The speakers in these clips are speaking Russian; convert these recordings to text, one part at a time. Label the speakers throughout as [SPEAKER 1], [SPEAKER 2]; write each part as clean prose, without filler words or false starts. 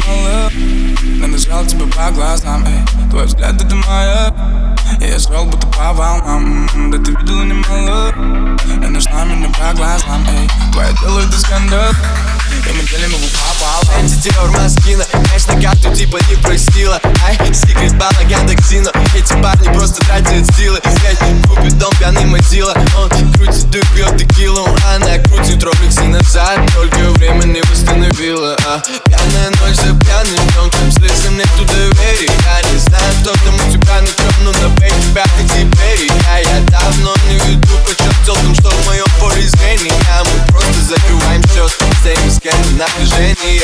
[SPEAKER 1] мало. Надо жал тебя по глазам, эй. Твой взгляд это моя. Я шел будто по волнам. Да ты видела немало. И нашла меня по глазам, эй. Твое тело это скандал. И мы делим его пополам.
[SPEAKER 2] Антитер маскина, конечно, карту типа не просила. Ай, секрет балаган токсина. Эти парни просто тратят силы. Здесь купит дом, пьяный мазила. Он крутит и пьет текилу. Она крутит роликсы назад. Только время не восстановила. Пьяная ночь за пьяным днем. Там слезам нету доверия. Я не знаю, что там у тебя на чем, но добей тебя ты теперь. Я давно не веду почет целком, что в моем поле зрения. Мы просто закрываем счет. Стоим с кем напряжения.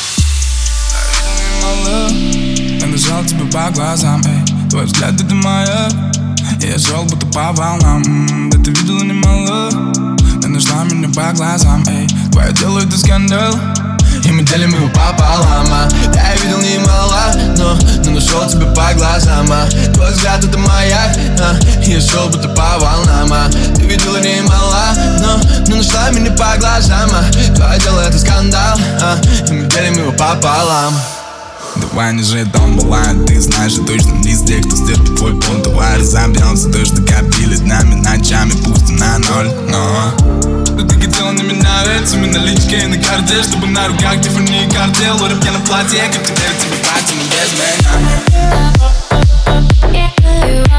[SPEAKER 1] Я нажал тебе по глазам, эй. Твой взгляд это моя. Я шел будто по волнам. Да ты видела немало. Ты нашла меня по глазам, эй. Твое тело это скандал. И мы делим его пополам. Я видел немало, но нашел тебя по глазам. Твой взгляд это маяк. Я шел будто по волнам. Ты видела немало, но нашла меня по глазам. Твое дело это скандал. И мы делим его пополам. Давай не жить, он бывает, ты знаешь, я точно не из тех, кто стерпит твой пункт. Давай разобьемся, то, что копили днями, ночами, пустим на ноль. Но ты хотела на меня ведь, у меня наличка и на карте, чтобы на руках Тиффани и картел. Рэп я на платье, как теперь тебе пати, но без меня.